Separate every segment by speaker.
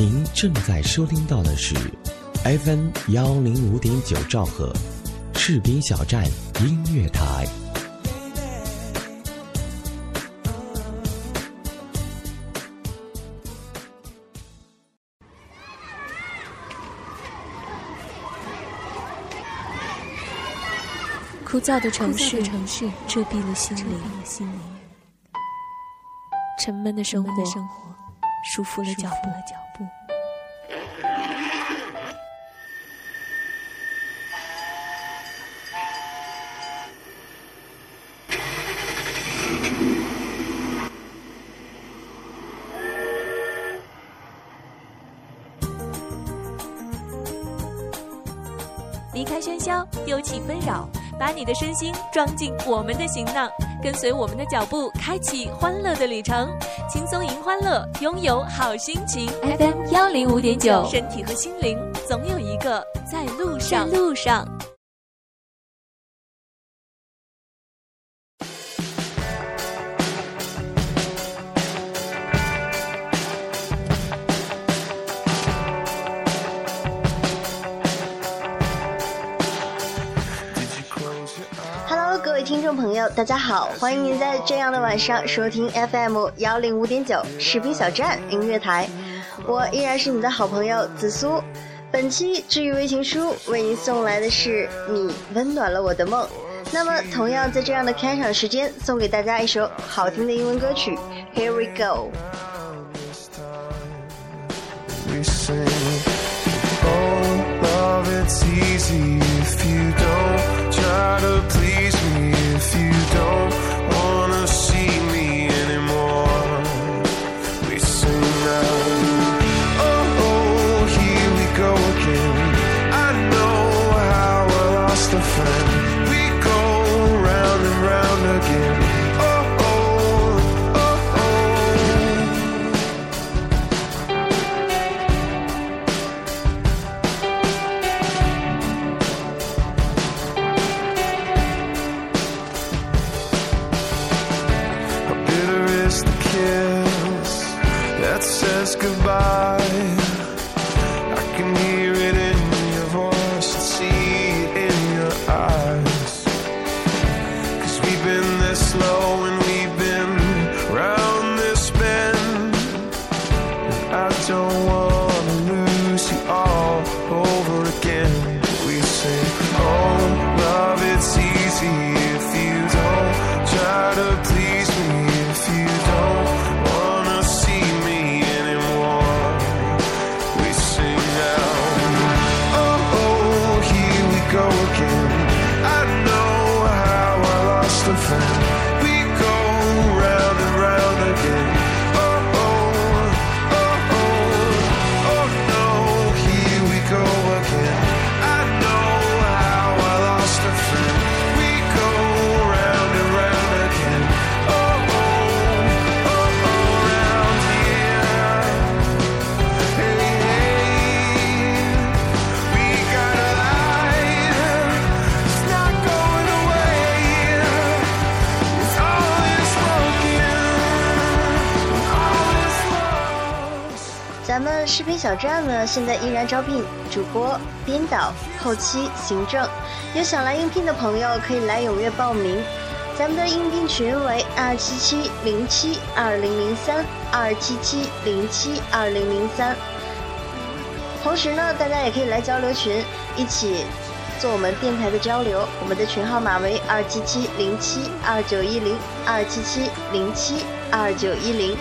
Speaker 1: 您正在收听到的是 FM 105.9兆赫士兵小站音乐台。
Speaker 2: 枯燥的城市遮蔽了心灵，沉闷的生活束缚了脚步。
Speaker 3: 离开喧嚣，丢弃纷扰，把你的身心装进我们的行囊，跟随我们的脚步，开启欢乐的旅程，轻松迎欢乐，拥有好心情。FM 105.9，身体和心灵总有一个在路上。
Speaker 4: 各位听众朋友大家好，欢迎您在这样的晚上收听 FM 105.9士兵小站音乐台，我依然是你的好朋友紫苏。本期治愈微情书为您送来的是你温暖了我的梦。那么同样在这样的开场时间，送给大家一首好听的英文歌曲 Here we go。
Speaker 5: We sing, oh love it's easy if you don't try to please me, if you don't wanna see me anymore. We sing now, oh here we go again. I know how I lost a friend. We go round and round again. Says goodbye. I can hear it in your voice and see it in your eyes. 'Cause we've been this low and we've been round this bend. And I don't wanna lose you all over again. We say, oh love it's easy if you don't try to please me, if you don't we go round and round again. Oh, oh, oh, oh, oh no, here we go again. I know how I lost a friend. We go round and round again. Oh, oh, oh, oh, round here. Hey, hey, we got a light, it's not going away.
Speaker 4: 咱们视频小站呢，现在依然招聘主播、编导、后期、行政，有想来应聘的朋友可以来踊跃报名。咱们的应聘群为277072003，277072003。同时呢，大家也可以来交流群，一起做我们电台的交流。我们的群号码为277072910，277072910。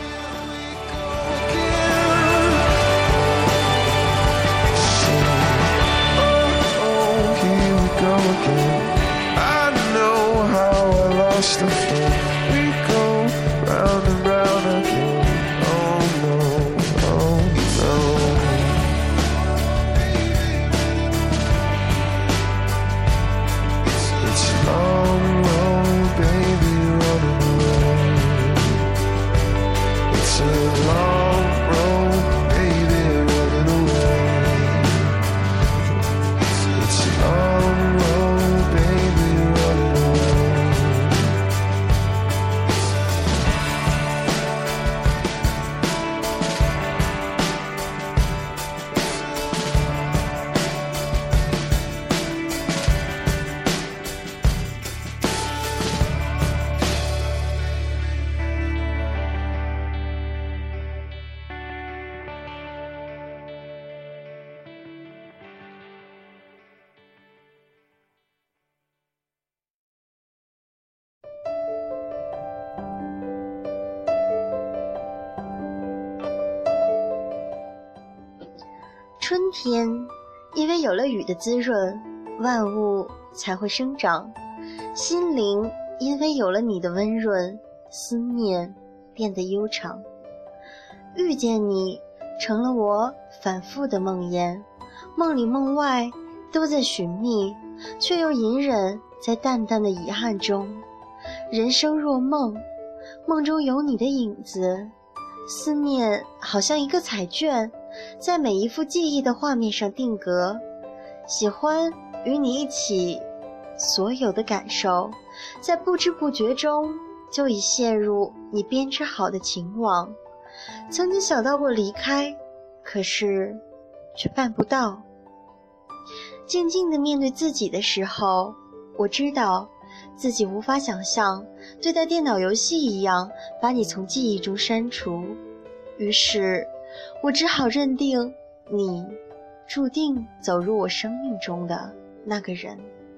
Speaker 5: I know how I lost the friend. We go round and round again. Oh no, oh no. It's a long road, baby, running away. It's a long road, baby, running away. It's a long road, baby, running away.
Speaker 4: 春天，因为有了雨的滋润，万物才会生长；心灵因为有了你的温润，思念变得悠长。遇见你成了我反复的梦魇，梦里梦外都在寻觅，却又隐忍在淡淡的遗憾中。人生若梦，梦中有你的影子，思念好像一个彩卷，在每一幅记忆的画面上定格。喜欢与你一起所有的感受，在不知不觉中就已陷入你编织好的情网。曾经想到过离开，可是却办不到。静静地面对自己的时候，我知道自己无法想象对待电脑游戏一样把你从记忆中删除，于是我只好认定你注定走入我生命中的那个人。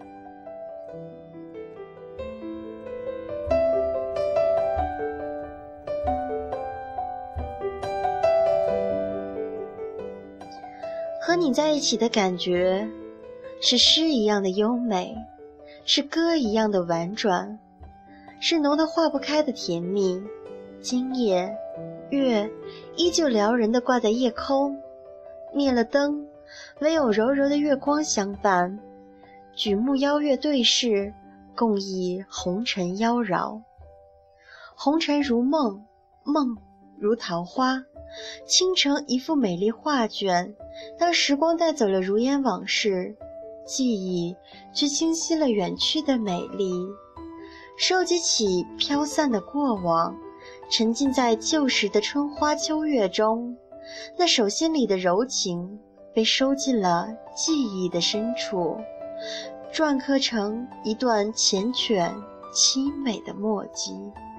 Speaker 4: 和你在一起的感觉是诗一样的优美，是歌一样的婉转，是浓得化不开的甜蜜。今夜月依旧撩人地挂在夜空，灭了灯，唯有柔柔的月光相伴。举目邀月对视，共忆红尘妖娆。红尘如梦，梦如桃花，倾成一幅美丽画卷。当时光带走了如烟往事，记忆却清晰了远去的美丽。收集起飘散的过往，沉浸在旧时的春花秋月中，那手心里的柔情被收进了记忆的深处，篆刻成一段缱绻凄美的墨迹。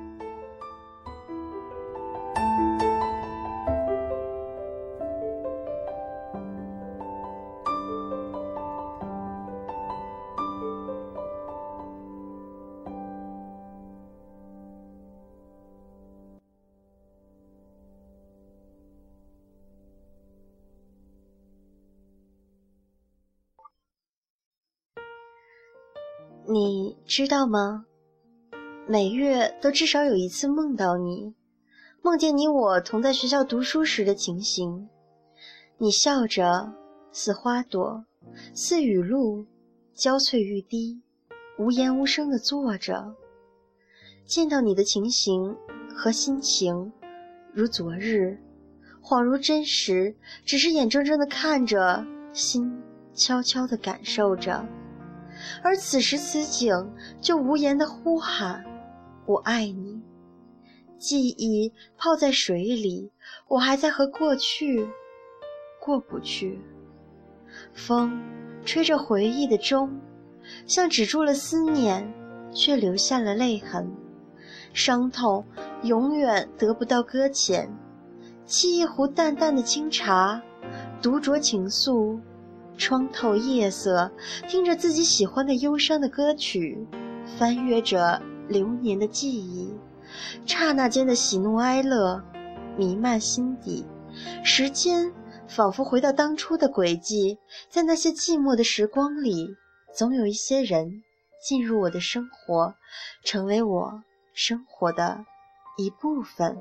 Speaker 4: 你知道吗？每月都至少有一次梦到你，梦见你我同在学校读书时的情形。你笑着，似花朵，似雨露，娇翠欲滴，无言无声地坐着。见到你的情形和心情如昨日，恍如真实，只是眼睁睁地看着，心悄悄地感受着。而此时此景，就无言地呼喊我爱你。记忆泡在水里，我还在和过去过不去。风吹着回忆的钟，像止住了思念，却留下了泪痕。伤痛永远得不到搁浅。沏一壶淡淡的清茶，独酌情愫，窗透夜色，听着自己喜欢的忧伤的歌曲，翻阅着流年的记忆，刹那间的喜怒哀乐弥漫心底。时间仿佛回到当初的轨迹，在那些寂寞的时光里，总有一些人进入我的生活，成为我生活的一部分。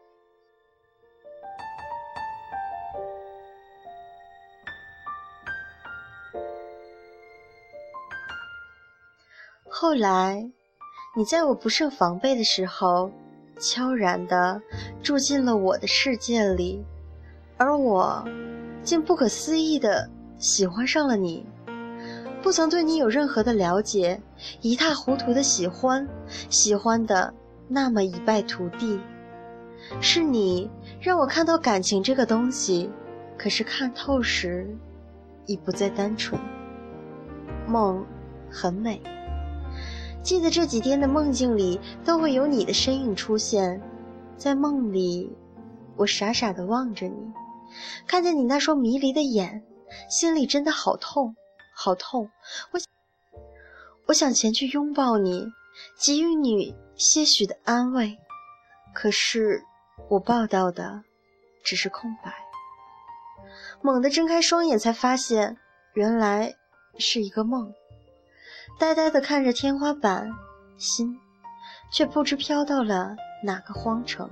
Speaker 4: 后来，你在我不胜防备的时候，悄然地住进了我的世界里，而我竟不可思议地喜欢上了你。不曾对你有任何的了解，一塌糊涂的喜欢，喜欢的那么一败涂地。是你让我看到感情这个东西，可是看透时，已不再单纯。梦很美。记得这几天的梦境里都会有你的身影出现，在梦里我傻傻地望着你，看见你那双迷离的眼，心里真的好痛好痛。我想前去拥抱你，给予你些许的安慰，可是我抱到的只是空白。 猛地睁开双眼，才发现原来是一个梦。呆呆地看着天花板，心却不知飘到了哪个荒城。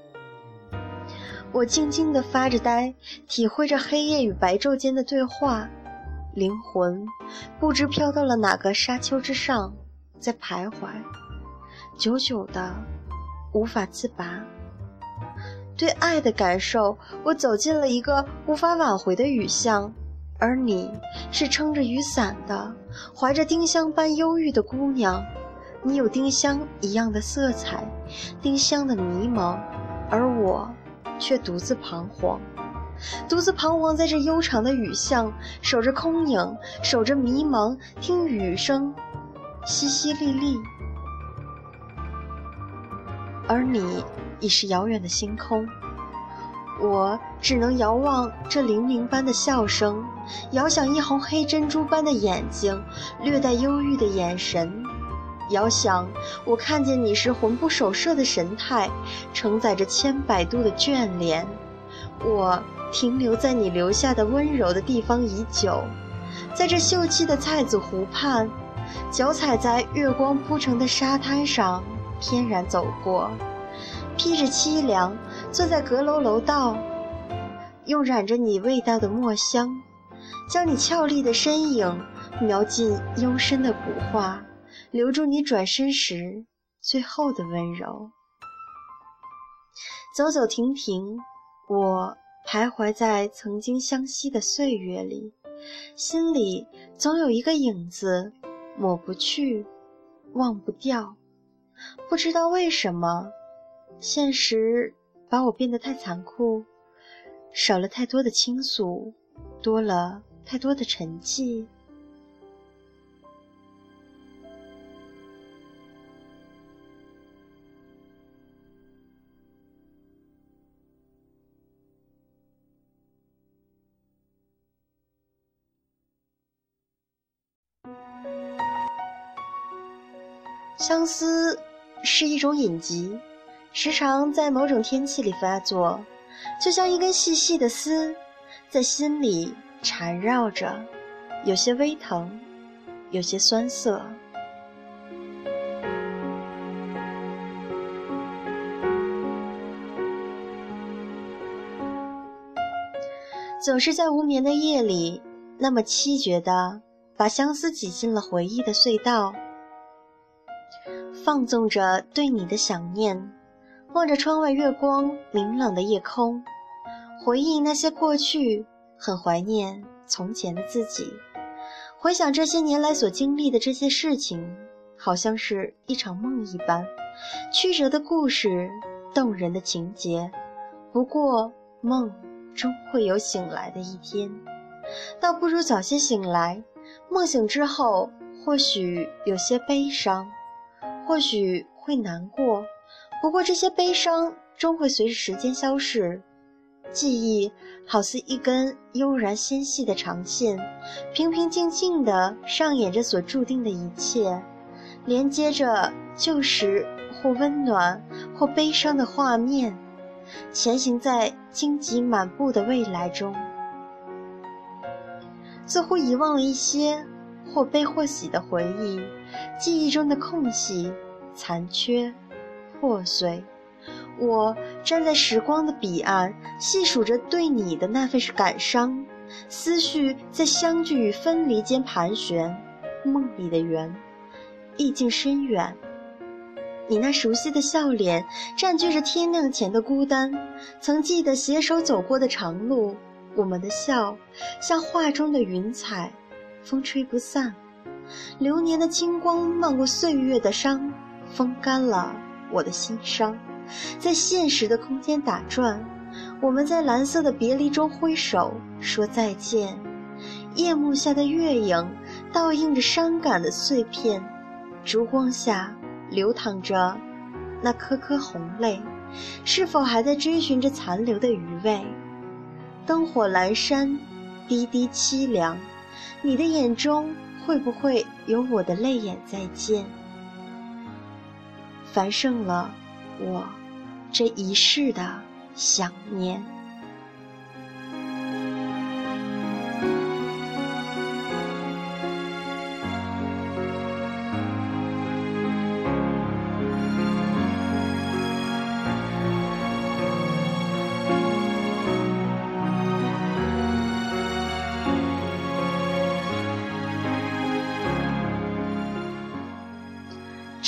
Speaker 4: 我静静地发着呆，体会着黑夜与白昼间的对话，灵魂不知飘到了哪个沙丘之上，在徘徊，久久的无法自拔。对爱的感受，我走进了一个无法挽回的雨巷，而你是撑着雨伞的，怀着丁香般忧郁的姑娘。你有丁香一样的色彩，丁香的迷茫，而我却独自彷徨，在这悠长的雨巷，守着空影，守着迷茫，听雨声淅淅沥沥。而你已是遥远的星空，我只能遥望这零零般的笑声，遥想一泓黑珍珠般的眼睛，略带忧郁的眼神，遥想我看见你时魂不守舍的神态，承载着千百度的眷恋。我停留在你留下的温柔的地方已久，在这秀气的菜子湖畔，脚踩在月光铺成的沙滩上翩然走过，披着凄凉，坐在阁楼楼道，用染着你味道的墨香，将你俏丽的身影描进幽深的古画，留住你转身时最后的温柔。走走停停，我徘徊在曾经相惜的岁月里，心里总有一个影子，抹不去，忘不掉。不知道为什么，现实把我变得太残酷，少了太多的倾诉，多了太多的沉寂。相思是一种隐疾，时常在某种天气里发作，就像一根细细的丝，在心里缠绕着，有些微疼，有些酸涩。总是在无眠的夜里，那么凄绝地把相思挤进了回忆的隧道，放纵着对你的想念，望着窗外月光明朗的夜空，回忆那些过去，很怀念从前的自己。回想这些年来所经历的这些事情，好像是一场梦一般，曲折的故事，动人的情节。不过梦终会有醒来的一天，倒不如早些醒来。梦醒之后，或许有些悲伤，或许会难过，不过这些悲伤终会随着时间消逝。记忆好似一根悠然纤细的长线，平平静静地上演着所注定的一切，连接着旧时或温暖或悲伤的画面，前行在荆棘满布的未来中。似乎遗忘了一些或悲或喜的回忆，记忆中的空隙，残缺，破碎。我站在时光的彼岸，细数着对你的那份感伤，思绪在相聚与分离间盘旋。梦里的缘，意境深远。你那熟悉的笑脸占据着天亮前的孤单，曾记得携手走过的长路，我们的笑像画中的云彩，风吹不散。流年的金光漫过岁月的伤，风干了我的心伤。在现实的空间打转，我们在蓝色的别离中挥手说再见。夜幕下的月影倒映着伤感的碎片，烛光下流淌着那颗颗红泪，是否还在追寻着残留的余味？灯火阑珊，滴滴凄凉，你的眼中会不会有我的泪眼再见？繁盛了我这一世的想念。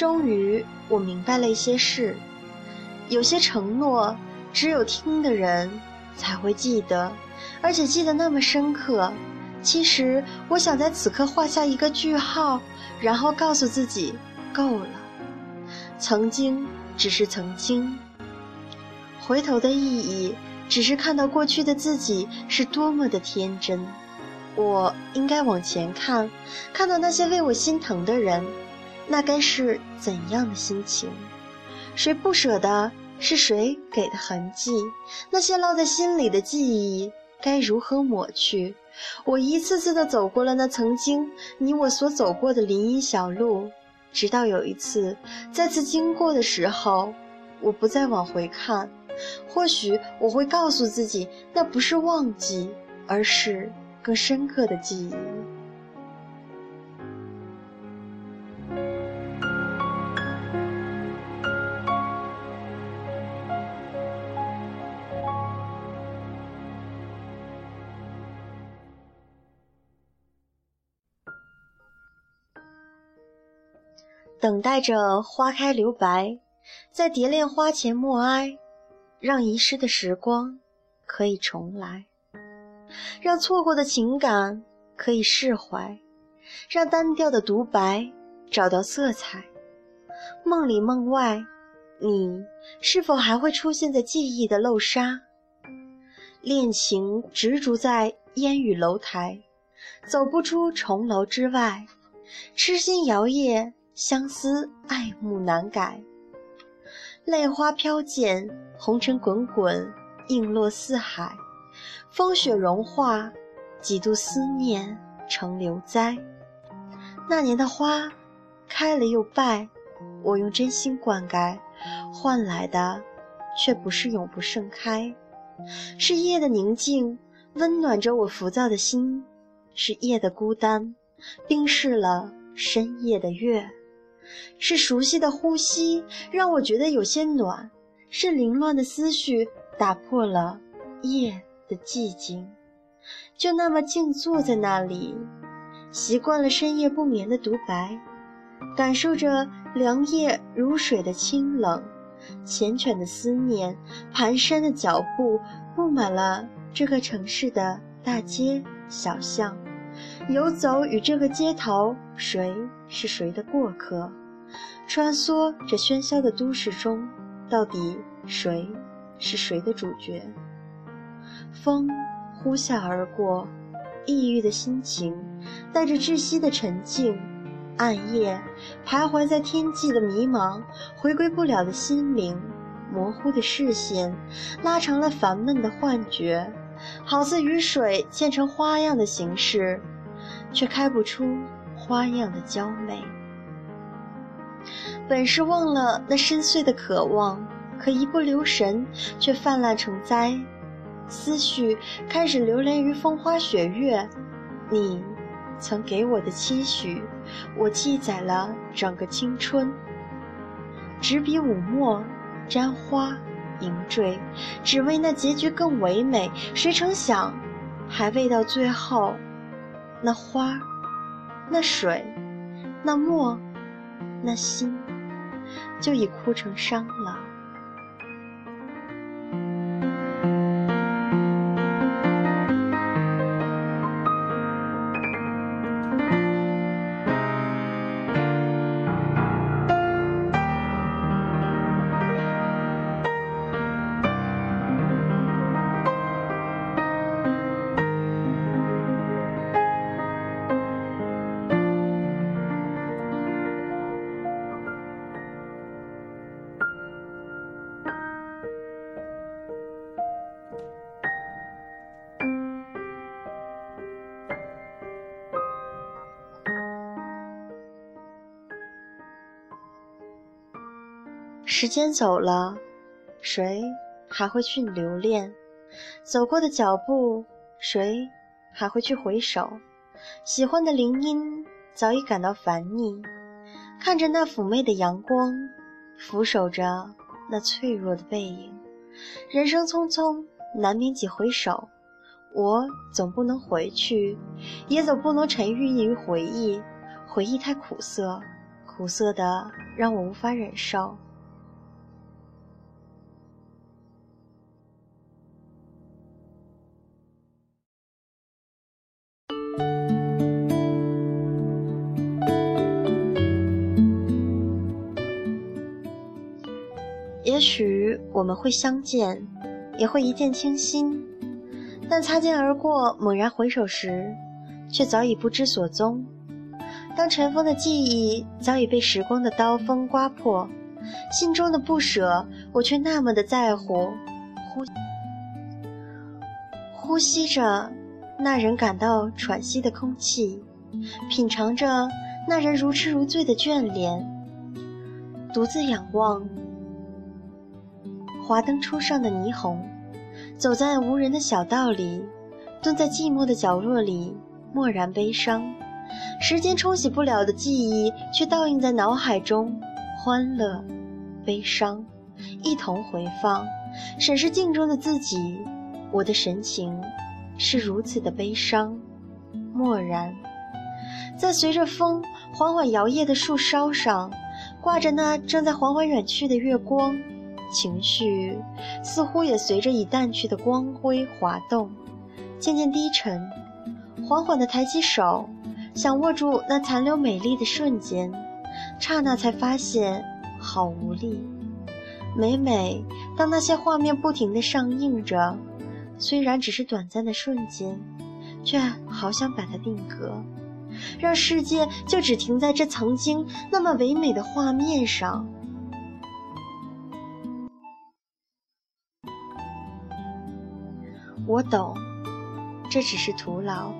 Speaker 4: 终于我明白了一些事，有些承诺只有听的人才会记得，而且记得那么深刻。其实我想在此刻画下一个句号，然后告诉自己够了，曾经只是曾经，回头的意义只是看到过去的自己是多么的天真。我应该往前看，看到那些为我心疼的人，那该是怎样的心情？谁不舍的是谁给的痕迹？那些烙在心里的记忆该如何抹去？我一次次地走过了那曾经你我所走过的林荫小路，直到有一次再次经过的时候，我不再往回看。或许我会告诉自己，那不是忘记，而是更深刻的记忆。等待着花开留白，在蝶恋花前默哀，让遗失的时光可以重来，让错过的情感可以释怀，让单调的独白找到色彩。梦里梦外，你是否还会出现在记忆的漏沙？恋情执着在烟雨楼台，走不出重楼之外，痴心摇曳，相思爱慕难改。泪花飘溅，红尘滚滚，映落四海。风雪融化，几度思念成流灾。那年的花开了又败，我用真心灌溉，换来的却不是永不盛开。是夜的宁静温暖着我浮躁的心，是夜的孤单冰释了深夜的月。是熟悉的呼吸让我觉得有些暖，是凌乱的思绪打破了夜的寂静。就那么静坐在那里，习惯了深夜不眠的独白，感受着凉夜如水的清冷，缱绻的思念，蹒跚的脚步布满了这个城市的大街小巷。游走于这个街头，谁是谁的过客？穿梭着喧嚣的都市中，到底谁是谁的主角？风呼啸而过，抑郁的心情带着窒息的沉静，暗夜徘徊在天际的迷茫，回归不了的心灵，模糊的视线拉长了烦闷的幻觉，好似雨水溅成花样的形式，却开不出花样的娇美。本是忘了那深邃的渴望，可一不留神却泛滥成灾。思绪开始流连于风花雪月，你曾给我的期许，我记载了整个青春。执笔舞墨，沾花盈坠，只为那结局更唯美。谁成想还未到最后，那花，那水，那墨，那心就已哭成伤了。时间走了，谁还会去留恋？走过的脚步，谁还会去回首？喜欢的铃音早已感到烦腻，看着那妩媚的阳光，俯首着那脆弱的背影。人生匆匆，难免几回首，我总不能回去，也总不能沉郁于回忆。回忆太苦涩， 苦涩的让我无法忍受。也许我们会相见，也会一见倾心，但擦肩而过，猛然回首时，却早已不知所踪。当尘封的记忆早已被时光的刀锋刮破，心中的不舍，我却那么的在乎。呼吸着那人感到喘息的空气，品尝着那人如痴如醉的眷恋，独自仰望华灯初上的霓虹，走在无人的小道里，蹲在寂寞的角落里，默然悲伤。时间冲洗不了的记忆，却倒映在脑海中，欢乐、悲伤一同回放。审视镜中的自己，我的神情是如此的悲伤、漠然。在随着风缓缓摇曳的树梢上，挂着那正在缓缓远去的月光，情绪似乎也随着已淡去的光辉滑动，渐渐低沉。缓缓地抬起手，想握住那残留美丽的瞬间，刹那才发现好无力。每每当那些画面不停地上映着，虽然只是短暂的瞬间，却好想把它定格，让世界就只停在这曾经那么唯美的画面上。我懂，这只是徒劳。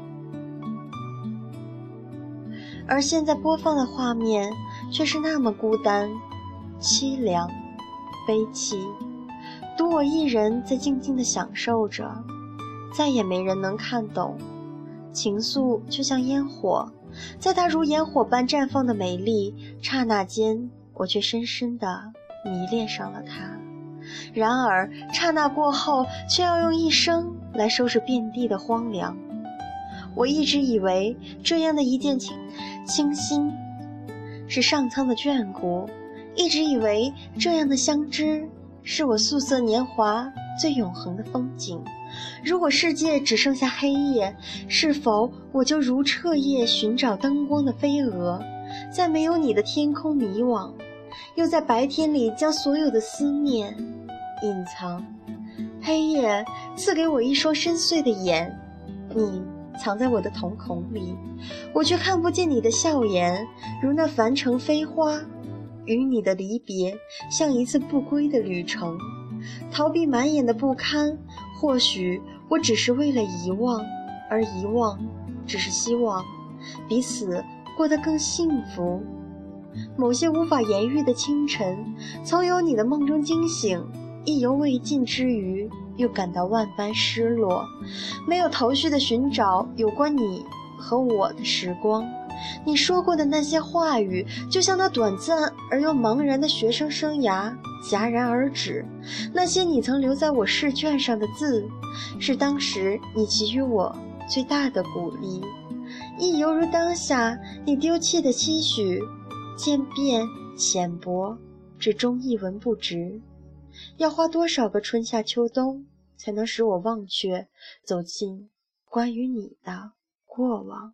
Speaker 4: 而现在播放的画面却是那么孤单、凄凉、悲戚，独我一人在静静地享受着，再也没人能看懂。情愫就像烟火，在它如烟火般绽放的美丽，刹那间我却深深地迷恋上了它。然而刹那过后，却要用一生来收拾遍地的荒凉。我一直以为这样的一见倾心是上苍的眷顾，一直以为这样的相知是我素色年华最永恒的风景。如果世界只剩下黑夜，是否我就如彻夜寻找灯光的飞蛾，在没有你的天空迷惘，又在白天里将所有的思念隐藏。黑夜赐给我一双深邃的眼，你藏在我的瞳孔里，我却看不见你的笑颜，如那凡尘飞花。与你的离别像一次不归的旅程，逃避满眼的不堪。或许我只是为了遗忘，而遗忘只是希望彼此过得更幸福。某些无法言喻的清晨，曾有你的梦中惊醒，意犹未尽之余，又感到万般失落。没有头绪的寻找有关你和我的时光，你说过的那些话语，就像那短暂而又茫然的学生生涯戛然而止。那些你曾留在我试卷上的字，是当时你给予我最大的鼓励，亦犹如当下你丢弃的期许，渐变浅薄，至终一文不值。要花多少个春夏秋冬，才能使我忘却走进关于你的过往？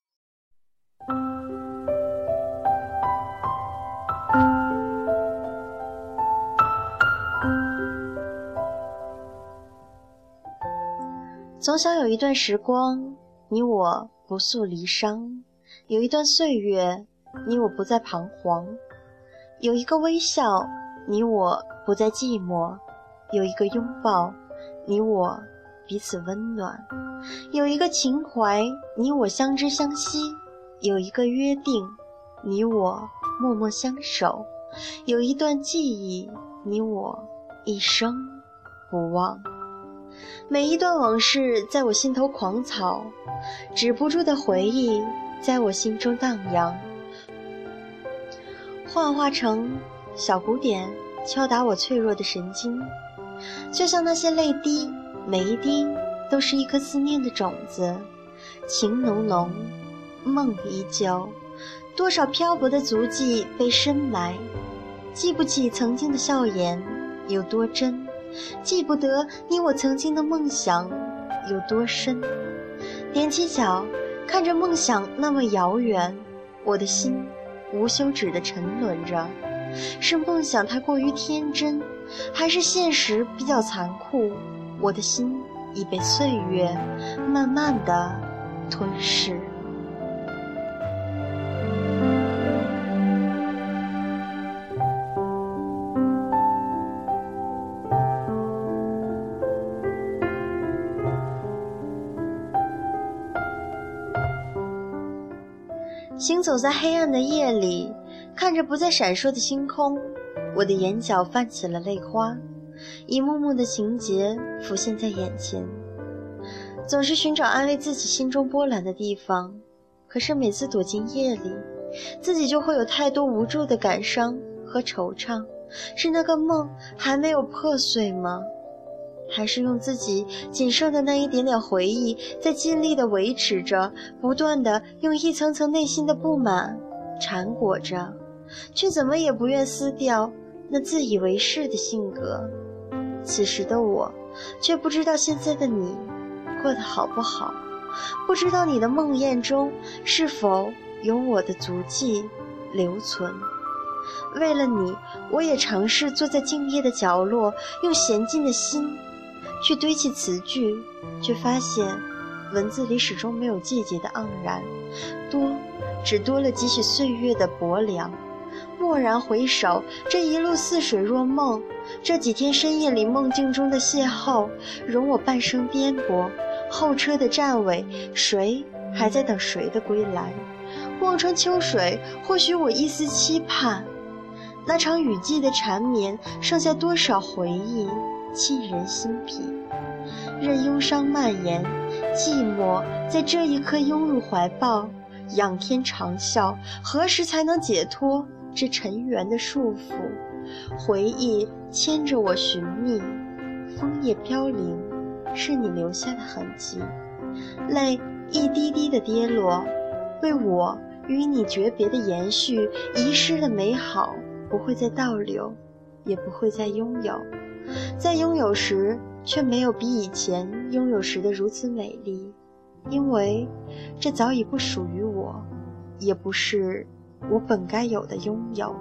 Speaker 4: 总想有一段时光，你我不诉离殇；有一段岁月，你我不再彷徨；有一个微笑，你我不再寂寞；有一个拥抱，你我彼此温暖；有一个情怀，你我相知相惜；有一个约定，你我默默相守；有一段记忆，你我一生不忘。每一段往事在我心头狂草，止不住的回忆在我心中荡漾，幻化成小鼓点，敲打我脆弱的神经。就像那些泪滴，每一滴都是一颗思念的种子，情浓浓，梦依旧。 多少漂泊的足迹被深埋，记不起曾经的笑颜有多真，记不得你我曾经的梦想有多深。踮起脚看着梦想那么遥远，我的心无休止地沉沦着。是梦想太过于天真，还是现实比较残酷？我的心已被岁月慢慢地吞噬。行走在黑暗的夜里，看着不再闪烁的星空，我的眼角泛起了泪花，一幕幕的情节浮现在眼前。总是寻找安慰自己心中波澜的地方，可是每次躲进夜里，自己就会有太多无助的感伤和惆怅。是那个梦还没有破碎吗？还是用自己仅剩的那一点点回忆在尽力地维持着，不断地用一层层内心的不满缠裹着，却怎么也不愿撕掉那自以为是的性格。此时的我却不知道现在的你过得好不好，不知道你的梦魇中是否有我的足迹留存。为了你，我也尝试坐在静谧的角落，用娴静的心去堆砌词句，却发现文字里始终没有季节的盎然，只多了几许岁月的薄凉。蓦然回首，这一路似水若梦，这几天深夜里梦境中的邂逅，容我半生颠簸。候车的站尾，谁还在等谁的归来？望穿秋水，或许我一丝期盼。那场雨季的缠绵，剩下多少回忆沁人心脾。任忧伤蔓延，寂寞在这一刻拥入怀抱，仰天长啸，何时才能解脱这尘缘的束缚？回忆牵着我寻觅，枫叶飘零，是你留下的痕迹。泪一滴滴的跌落，为我与你诀别的延续，遗失的美好不会再倒流，也不会再拥有。在拥有时，却没有比以前拥有时的如此美丽，因为这早已不属于我，也不是我本该有的拥有。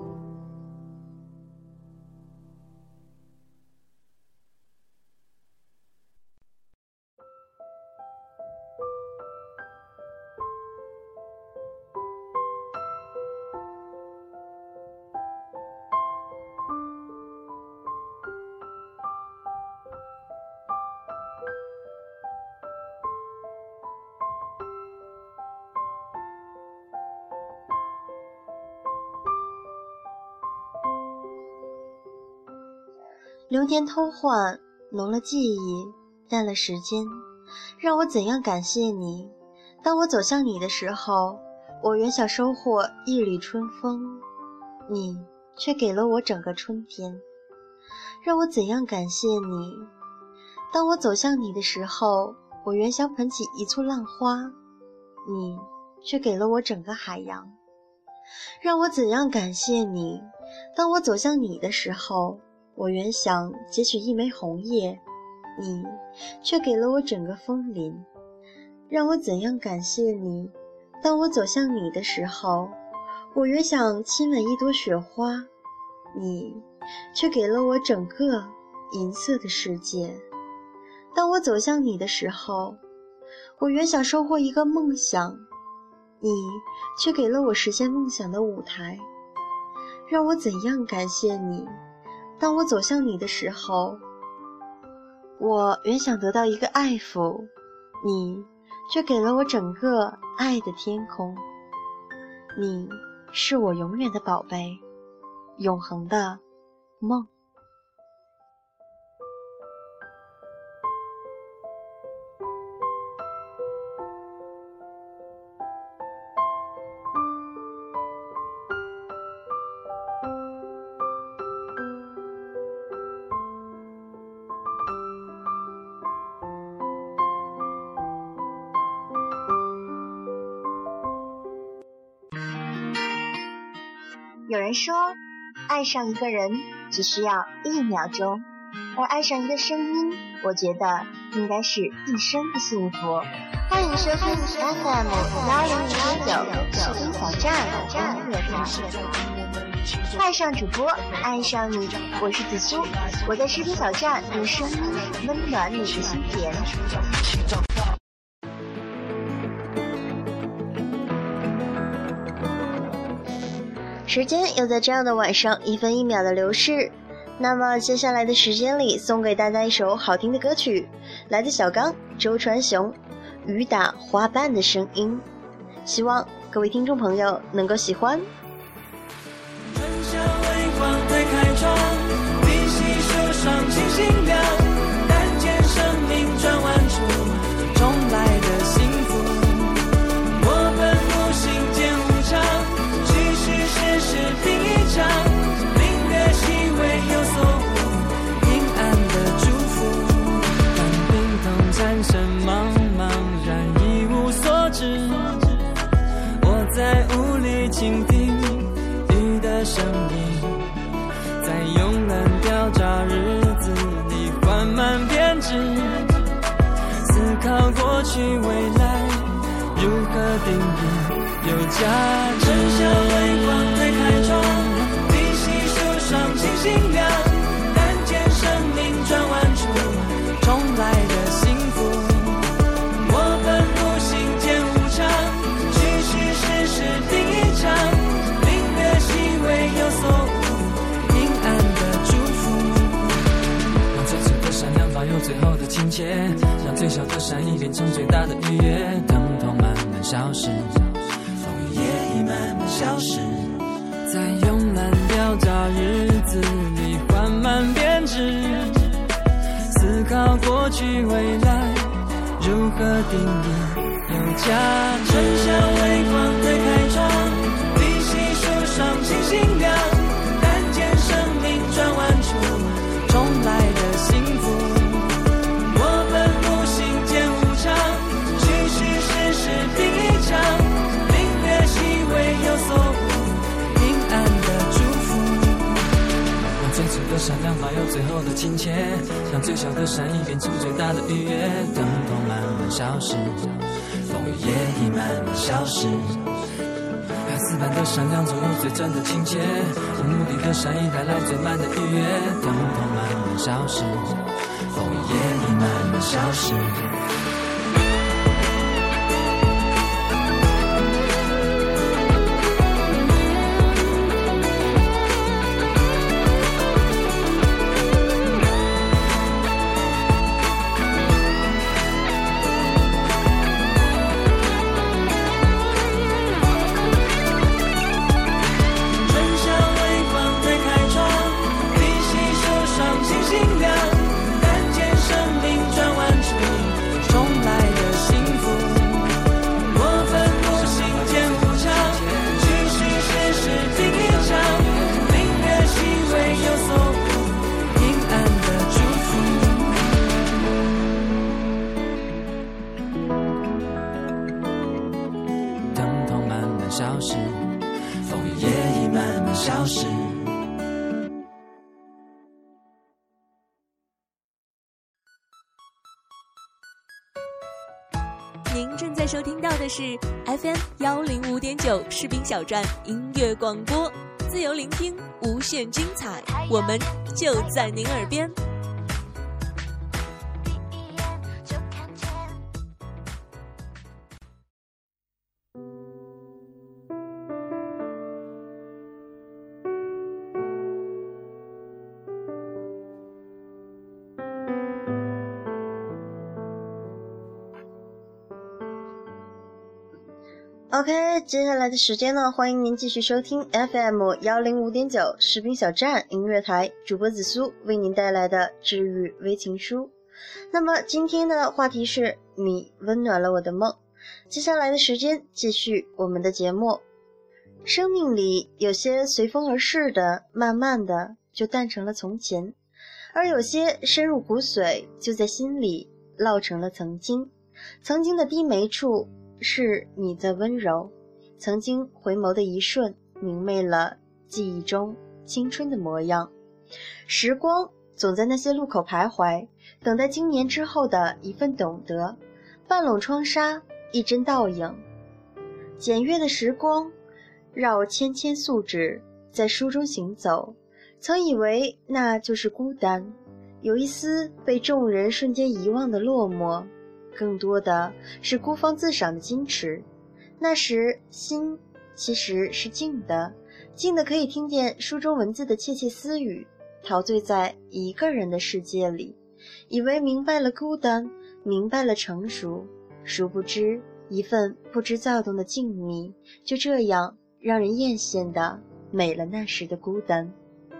Speaker 4: 流年偷换，浓了记忆，淡了时间，让我怎样感谢你？当我走向你的时候，我原想收获一缕春风，你却给了我整个春天。让我怎样感谢你？当我走向你的时候，我原想捧起一簇浪花，你却给了我整个海洋。让我怎样感谢你？当我走向你的时候，我原想截取一枚红叶，你却给了我整个枫林。让我怎样感谢你？当我走向你的时候，我原想亲吻一朵雪花，你却给了我整个银色的世界。当我走向你的时候，我原想收获一个梦想，你却给了我实现梦想的舞台。让我怎样感谢你？当我走向你的时候，我原想得到一个爱抚，你却给了我整个爱的天空。你是我永远的宝贝，永恒的梦。 有人说，爱上一个人只需要1秒钟，而爱上一个声音，我觉得应该是一生的幸福。欢迎收听 FM 105.9士兵小站音乐台，爱上主播，爱上你，我是紫苏，我在士兵小站用声音温暖你的心田。时间又在这样的晚上1分1秒的流逝，那么接下来的时间里送给大家一首好听的歌曲，来自小刚、周传雄，雨打花瓣的声音，希望各位听众朋友能够喜欢。
Speaker 6: 春夏微光推开窗，碧溪树上星星亮，但见生命转弯处重来的幸福。我本无心间无常，虚虚实实拼一场，明月细微有所悟，阴暗的祝福。看冰桶残生茫茫然一无所知，我在雾里倾听雨的声音，在慵懒掉渣日子里缓慢编织，思考过去未来如何定义有价值。春夏微光推开窗，碧溪树上星星亮，但见生命转弯处重来的幸福。我本无心间无常，虚虚实实拼一场，明月细微有所悟，阴暗的祝福。让最初的闪亮保有最后的亲切，让最小的善意变成最大的愉悦，疼痛慢慢消失，风雨也已慢慢消失，在慵懒掉渣日子里缓慢编织，思考过去未来如何定义有价值。春夏微光推开窗，碧溪树上星星亮，但见生命转弯处重来的幸福。我本无心间无常，虚虚实实拼一场，明月细微有所悟，阴暗的祝福。让最初的闪亮保有最后的亲切，让最小的善意变成最大的愉悦，疼痛慢慢消失，风雨也已慢慢消失，孩子般的闪亮总有最真的亲切，无目的的善意带来最慢的愉悦，疼痛慢慢消失，风雨也已慢慢消失。消失，风雨也已慢慢消失。
Speaker 3: 您正在收听到的是 FM105.9 士兵小站音乐广播，自由聆听，无限精彩，我们就在您耳边。
Speaker 4: OK， 接下来的时间呢，欢迎您继续收听 FM105.9 士兵小站音乐台，主播紫苏为您带来的治愈微情书。那么今天的话题是你温暖了我的梦。接下来的时间继续我们的节目。生命里有些随风而逝的，慢慢的就淡成了从前，而有些深入骨髓，就在心里烙成了曾经。曾经的低眉处是你的温柔，曾经回眸的一瞬明媚了记忆中青春的模样。时光总在那些路口徘徊，等待经年之后的一份懂得，半拢窗纱，一帧倒影。简约的时光绕纤纤素指，在书中行走，曾以为那就是孤单，有一丝被众人瞬间遗忘的落寞，更多的是孤芳自赏的矜持。那时心其实是静的，静的可以听见书中文字的窃窃私语，陶醉在一个人的世界里，以为明白了孤单，明白了成熟，殊不知一份不知躁动的静谧，就这样让人艳羡的美了那时的孤单。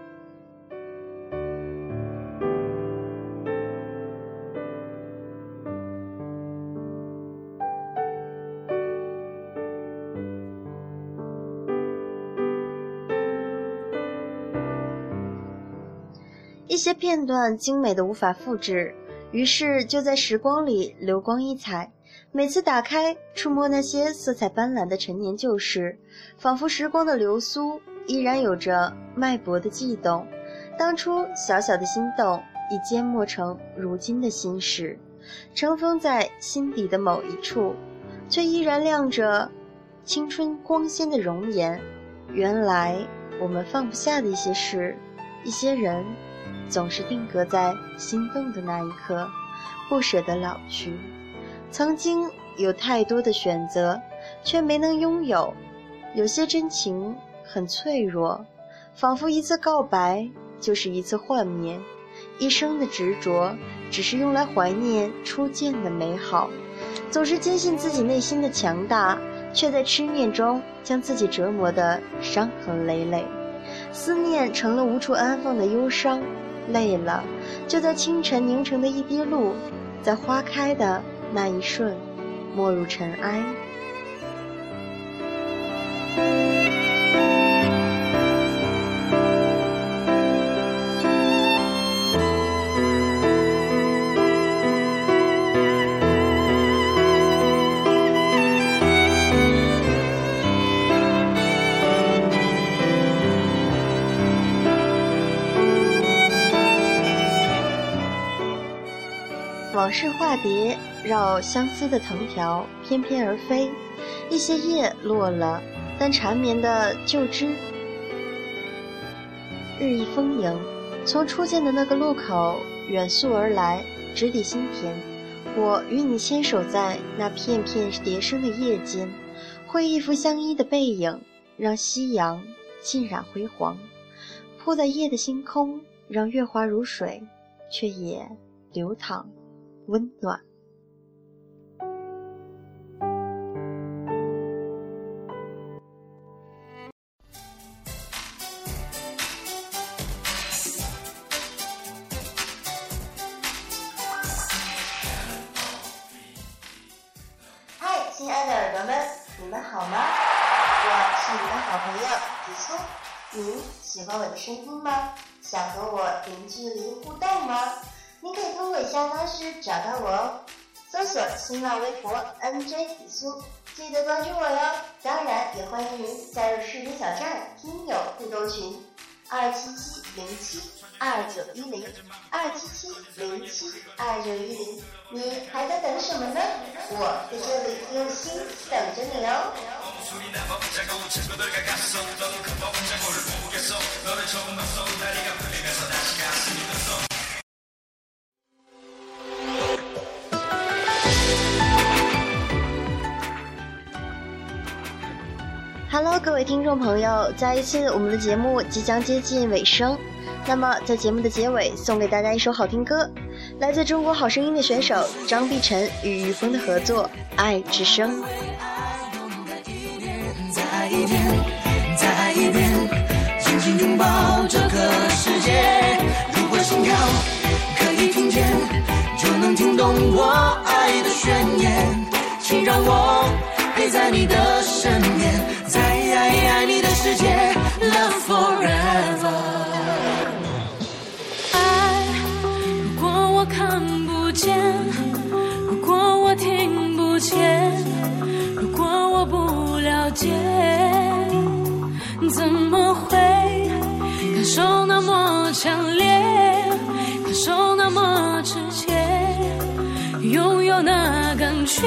Speaker 4: 一些片段精美的无法复制，于是就在时光里流光溢彩。每次打开触摸那些色彩斑斓的陈年旧事，仿佛时光的流苏依然有着脉搏的悸动，当初小小的心动已缄默成如今的心事，尘封在心底的某一处，却依然亮着青春光鲜的容颜。原来我们放不下的一些事，一些人，总是定格在心动的那一刻，不舍得老去。曾经有太多的选择，却没能拥有。有些真情很脆弱，仿佛一次告白就是一次幻灭，一生的执着只是用来怀念初见的美好。总是坚信自己内心的强大，却在痴念中将自己折磨得伤痕累累。思念成了无处安放的忧伤，累了就在清晨凝成的一滴露，在花开的那一瞬没入尘埃。往事化蝶，绕相思的藤条翩翩而飞。一些叶落了，但缠绵的旧枝日益丰盈。从初见的那个路口远溯而来，直抵心田。我与你牵手在那片片蝶声的叶间，绘一幅相依的背影，让夕阳浸染辉煌。铺在夜的星空，让月华如水，却也流淌温暖。嗨，亲爱的耳朵们，你们好吗？我是你的好朋友迪苏。你喜欢我的声音吗？想和我零距离互动吗？你可以通过以下方式找到我哦，搜索新浪微博 NJ 迪苏，记得关注我哟。当然也欢迎您加入视频小站听友互动群277072910，277072910，你还在等什么呢？我在这里用心等着你哦。Hello， 各位听众朋友，再一次我们的节目即将接近尾声，那么在节目的结尾送给大家一首好听歌，来自中国好声音的选手张碧晨与于峰的合作《爱之声》。
Speaker 6: 再一遍紧紧拥抱这个世界，如果心跳可以听见，就能听懂我爱的宣言，请让我陪在你的身边，在爱你的世界 Love forever。 爱，如果我看不见，如果我听不见，如果我不了解， 怎么会感受那么强烈，感受那么直接，拥有那感觉。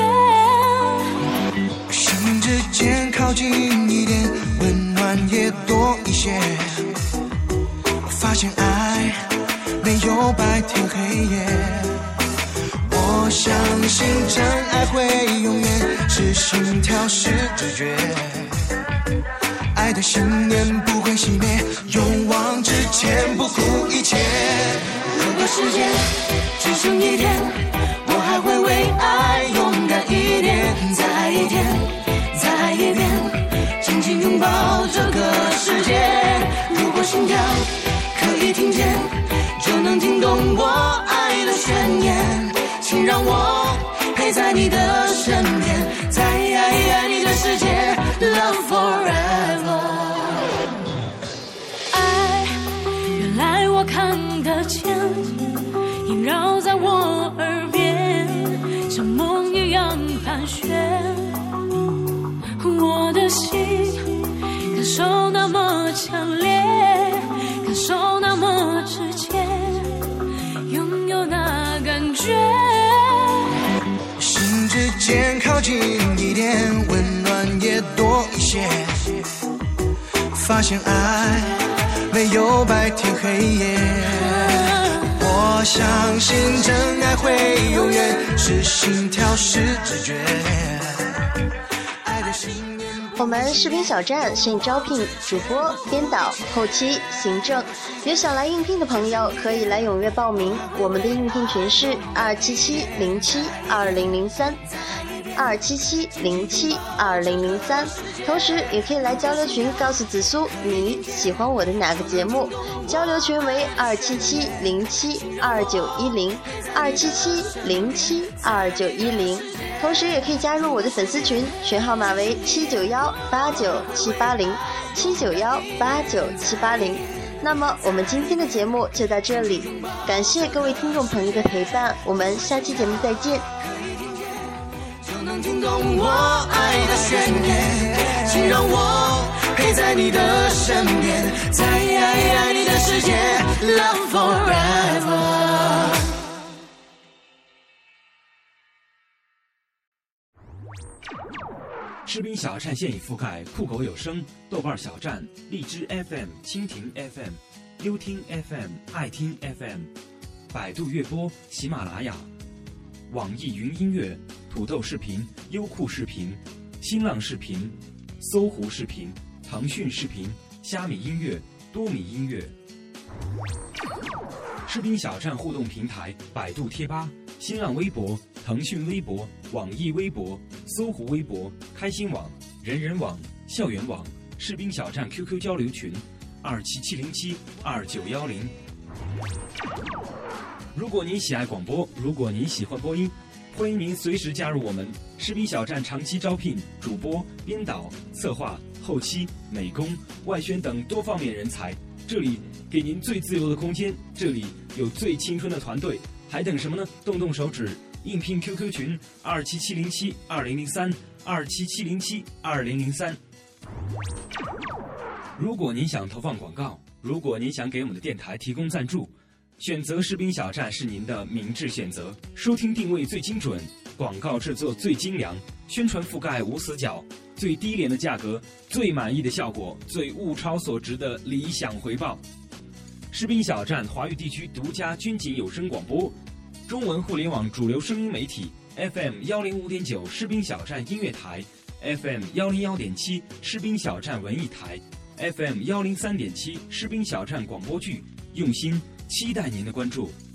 Speaker 7: 心之间靠近一点，温暖也多一些。我发现爱没有白天黑夜，我相信真爱会永远是心跳是直觉，爱的信念不会熄灭，勇往直前不顾一切。
Speaker 6: 如果时间只剩一天，我还会为爱勇敢一点，再爱一天，再爱一遍，紧紧拥抱这个世界。如果心跳可以听见，就能听懂我爱的宣言，请让我陪在你的身边，在爱你的世界 Love forever。 爱原来我看得见，萦绕在我耳边，像梦一样盘旋。我的心感受那么强烈，感受那么直接，拥有那感觉。
Speaker 7: 心之间靠近一点，温暖也多一些。发现爱没有白天黑夜，我相信真爱会永远是心跳是直觉。爱的信念。
Speaker 4: 我们视频小站现招聘主播、编导、后期、行政，有想来应聘的朋友可以来踊跃报名。我们的应聘群是277072003。277072003，同时也可以来交流群告诉紫苏你喜欢我的哪个节目，交流群为277072910，277072910，同时也可以加入我的粉丝群，群号码为791-89780，791-89780。那么我们今天的节目就到这里，感谢各位听众朋友的陪伴，我们下期节目再见。
Speaker 7: 能听懂我爱的宣言，请让我陪在你的身边，在爱你的世界 Love forever。
Speaker 1: 士兵小站现已覆盖酷狗有声、豆瓣小站、荔枝 FM、蜻蜓 FM、优听 FM、爱听 FM、百度乐播、喜马拉雅、网易云音乐、土豆视频、优酷视频、新浪视频、搜狐视频、腾讯视频、虾米音乐、多米音乐。士兵小站互动平台：百度贴吧、新浪微博、腾讯微博、网易微博、搜狐微博、开心网、人人网、校园网。士兵小站 QQ 交流群：277072910。如果您喜爱广播，如果您喜欢播音，欢迎您随时加入我们。士兵小站长期招聘主播、编导、策划、后期、美工、外宣等多方面人才，这里给您最自由的空间，这里有最青春的团队，还等什么呢？动动手指，应聘 QQ 群277072003，277072003。如果您想投放广告，如果您想给我们的电台提供赞助，选择士兵小站是您的明智选择。收听定位最精准，广告制作最精良，宣传覆盖无死角，最低廉的价格，最满意的效果，最物超所值的理想回报。士兵小站华语地区独家军警有声广播，中文互联网主流声音媒体 FM105.9 士兵小站音乐台， FM101.7 士兵小站文艺台， FM103.7 士兵小站广播剧，用心期待您的关注。